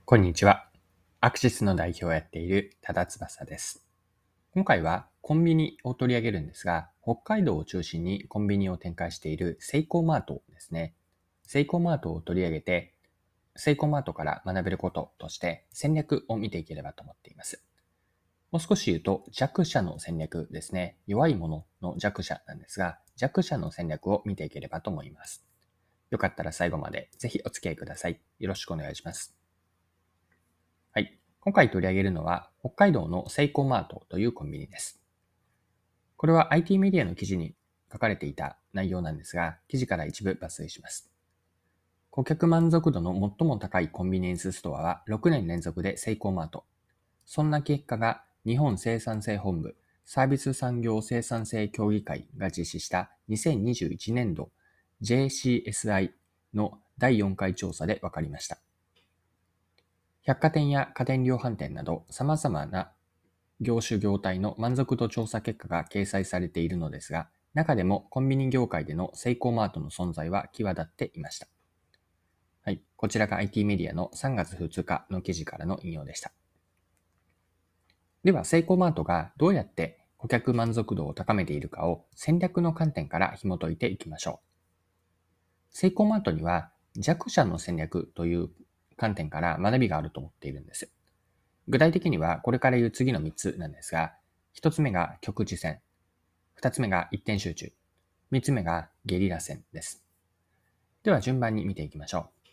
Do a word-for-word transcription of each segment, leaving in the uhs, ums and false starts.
こんにちは。アクシスの代表をやっている多田翼です。今回はコンビニを取り上げるんですが、北海道を中心にコンビニを展開しているセイコーマートですね。セイコーマートを取り上げて、セイコーマートから学べることとして戦略を見ていければと思っています。もう少し言うと弱者の戦略ですね。弱いものの弱者なんですが、弱者の戦略を見ていければと思います。よかったら最後までぜひお付き合いください。よろしくお願いします。はい。今回取り上げるのは、北海道のセイコーマートというコンビニです。これは アイティー メディアの記事に書かれていた内容なんですが、記事から一部抜粋します。顧客満足度の最も高いコンビニエンスストアはろくねん連続でセイコーマート。そんな結果が日本生産性本部サービス産業生産性協議会が実施したにせんにじゅういちねんど ジェーシーエスアイ のだいよんかい調査で分かりました。百貨店や家電量販店など様々な業種業態の満足度調査結果が掲載されているのですが、中でもコンビニ業界でのセイコーマートの存在は際立っていました。はい。こちらが アイティー メディアのさんがつふつかの記事からの引用でした。では、セイコーマートがどうやって顧客満足度を高めているかを戦略の観点から紐解いていきましょう。セイコーマートには弱者の戦略という観点から学びがあると思っているんです。具体的にはこれから言う次のみっつなんですが、ひとつめが局地戦、ふたつめが一点集中、みっつめがゲリラ戦です。では順番に見ていきましょう。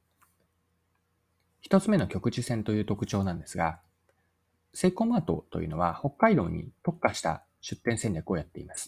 ひとつめの局地戦という特徴なんですが、セイコーマートというのは北海道に特化した出店戦略をやっています。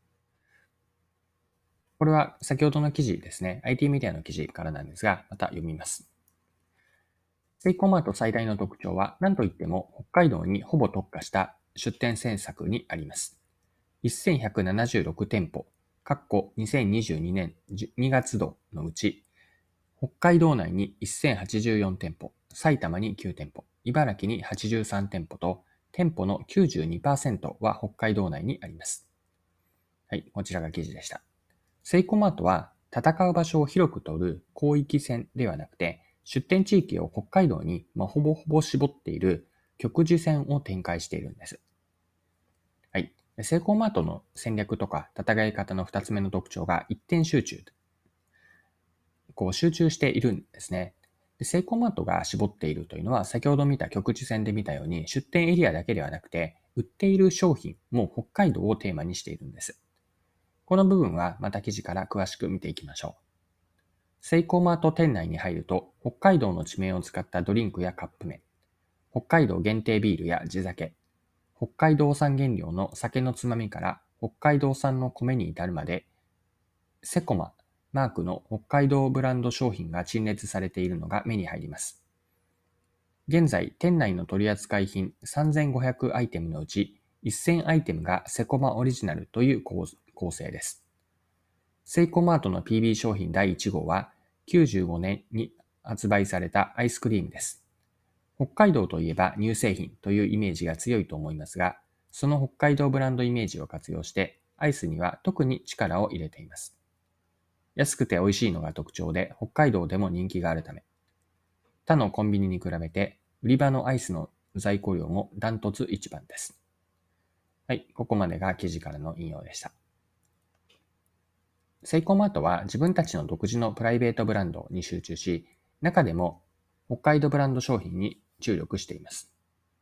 これは先ほどの記事ですね、アイティー メディアの記事からなんですが、また読みます。セイコーマート最大の特徴は何といっても北海道にほぼ特化した出店政策にあります。せんひゃくななじゅうろく店舗、かっこにせんにじゅうにねんにがつ度のうち、北海道内にせんはちじゅうよん店舗、埼玉にきゅう店舗、茨城にはちじゅうさん店舗と、店舗の きゅうじゅうにパーセント は北海道内にあります。はい、こちらが記事でした。セイコーマートは戦う場所を広く取る広域戦ではなくて、出店地域を北海道に、まあ、ほぼほぼ絞っている極地戦を展開しているんです。はい。セイコーマートの戦略とか戦い方の二つ目の特徴が一点集中。こう集中しているんですね。でセイコーマートが絞っているというのは先ほど見た局地戦で見たように出店エリアだけではなくて売っている商品も北海道をテーマにしているんです。この部分はまた記事から詳しく見ていきましょう。セイコーマート店内に入ると北海道の地名を使ったドリンクやカップ麺、北海道限定ビールや地酒、北海道産原料の酒のつまみから北海道産の米に至るまで、セコマ、マークの北海道ブランド商品が陳列されているのが目に入ります。現在、店内の取扱品さんぜんごひゃくアイテムのうちせんアイテムがセコマオリジナルという構成です。セイコーマートの ピービー 商品だいいち号はきゅうじゅうごねんに発売されたアイスクリームです。北海道といえば乳製品というイメージが強いと思いますが、その北海道ブランドイメージを活用して、アイスには特に力を入れています。安くて美味しいのが特徴で、北海道でも人気があるため、他のコンビニに比べて、売り場のアイスの在庫量もダントツ一番です。はい、ここまでが記事からの引用でした。セイコーマートは自分たちの独自のプライベートブランドに集中し、中でも北海道ブランド商品に注力しています。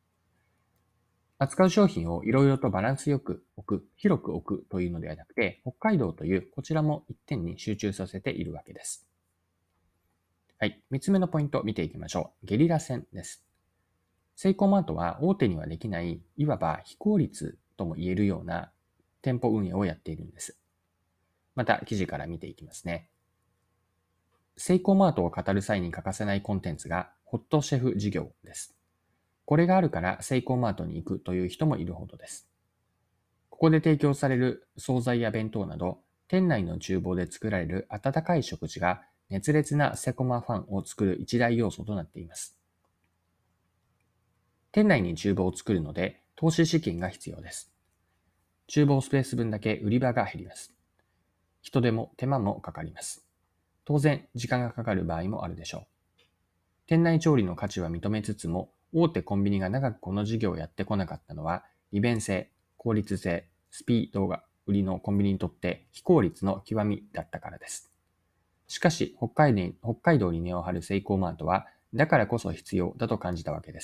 扱う商品をいろいろとバランスよく置く、広く置くというのではなくて、北海道というこちらも一点に集中させているわけです。はい。三つ目のポイントを見ていきましょう。ゲリラ戦です。セイコーマートは大手にはできない、いわば非効率とも言えるような店舗運営をやっているんです。また記事から見ていきますね。セイコーマートを語る際に欠かせないコンテンツがホットシェフ事業です。これがあるからセイコーマートに行くという人もいるほどです。ここで提供される惣菜や弁当など、店内の厨房で作られる温かい食事が熱烈なセコマファンを作る一大要素となっています。店内に厨房を作るので投資資金が必要です。厨房スペース分だけ売り場が減ります。人手も手間もかかります。当然、時間がかかる場合もあるでしょう。 店内調理の価値は認めつつも、大手コンビニが長くこの事業をやってこなかったのは、利便性、効率性、スピードが売りのコンビニにとって非効率の極みだったからです。しかし、北海道に北海道に根を張るセイコーマートは、だからこそ必要だと感じたわけです。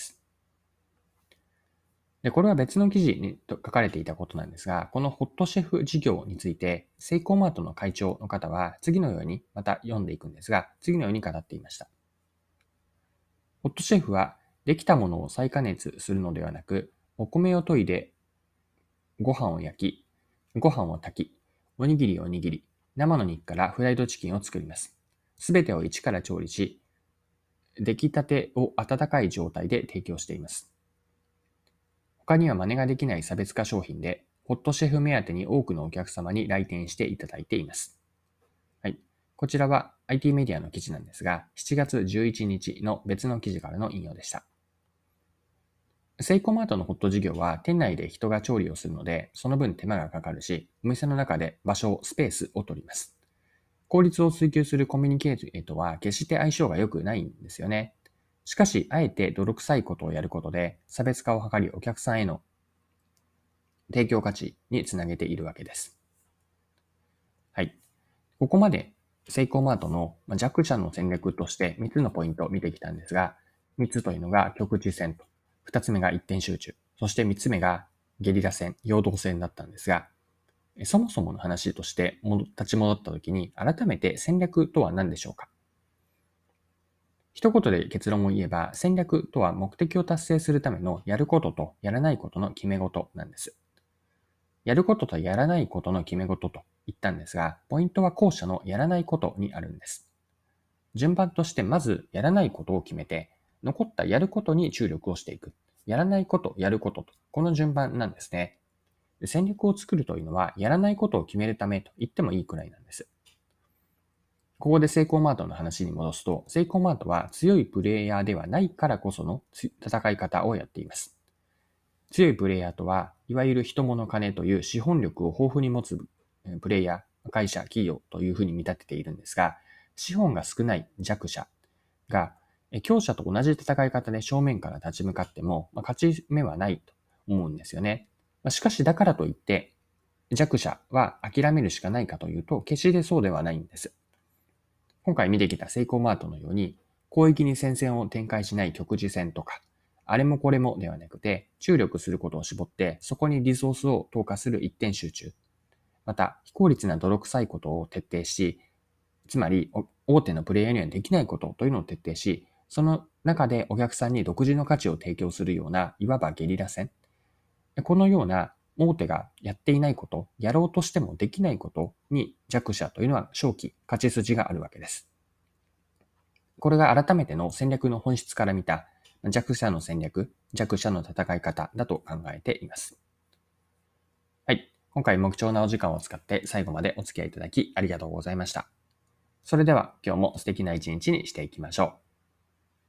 で、これは別の記事に書かれていたことなんですが、このホットシェフ事業について、セイコーマートの会長の方は次のように、また読んでいくんですが、次のように語っていました。ホットシェフは、できたものを再加熱するのではなく、お米を研いで、ご飯を焼き、ご飯を炊き、おにぎりを握り、生の肉からフライドチキンを作ります。すべてを一から調理し、出来たてを温かい状態で提供しています。他には真似ができない差別化商品で、ホットシェフ目当てに多くのお客様に来店していただいています。はい。こちらは アイティー メディアの記事なんですが、しちがつじゅういちにちの別の記事からの引用でした。セイコーマートのホット事業は店内で人が調理をするので、その分手間がかかるし、お店の中で場所、スペースを取ります。効率を追求するコミュニケートは決して相性が良くないんですよね。しかし、あえて泥臭いことをやることで、差別化を図りお客さんへの提供価値につなげているわけです。はい。ここまでセイコーマートの弱者の戦略としてみっつのポイントを見てきたんですが、みっつというのが局地戦と、ふたつめが一点集中、そしてみっつめがゲリラ戦、陽動戦だったんですが、そもそもの話として立ち戻ったときに、改めて戦略とは何でしょうか。一言で結論を言えば、戦略とは目的を達成するためのやることとやらないことの決め事なんです。やることとやらないことの決め事と言ったんですが、ポイントは後者のやらないことにあるんです。順番としてまずやらないことを決めて、残ったやることに注力をしていく。やらないこと、やることと、この順番なんですね。戦略を作るというのは、やらないことを決めるためと言ってもいいくらいなんです。ここでセイコーマートの話に戻すと、セイコーマートは強いプレイヤーではないからこその戦い方をやっています。強いプレイヤーとは、いわゆる人物金という資本力を豊富に持つプレイヤー、会社、企業というふうに見立てているんですが、資本が少ない弱者が、強者と同じ戦い方で正面から立ち向かっても、まあ、勝ち目はないと思うんですよね。まあ、しかしだからといって、弱者は諦めるしかないかというと、決してそうではないんです。今回見てきたセイコーマートのように、広域に戦線を展開しない局地戦とか、あれもこれもではなくて、注力することを絞って、そこにリソースを投下する一点集中。また、非効率な泥臭いことを徹底し、つまり、大手のプレイヤーにはできないことというのを徹底し、その中でお客さんに独自の価値を提供するような、いわばゲリラ戦。このような大手がやっていないこと、やろうとしてもできないことに弱者というのは正気、勝ち筋があるわけです。これが改めての戦略の本質から見た弱者の戦略、弱者の戦い方だと考えています。はい。今回も貴重なお時間を使って最後までお付き合いいただきありがとうございました。それでは今日も素敵な一日にしていきましょう。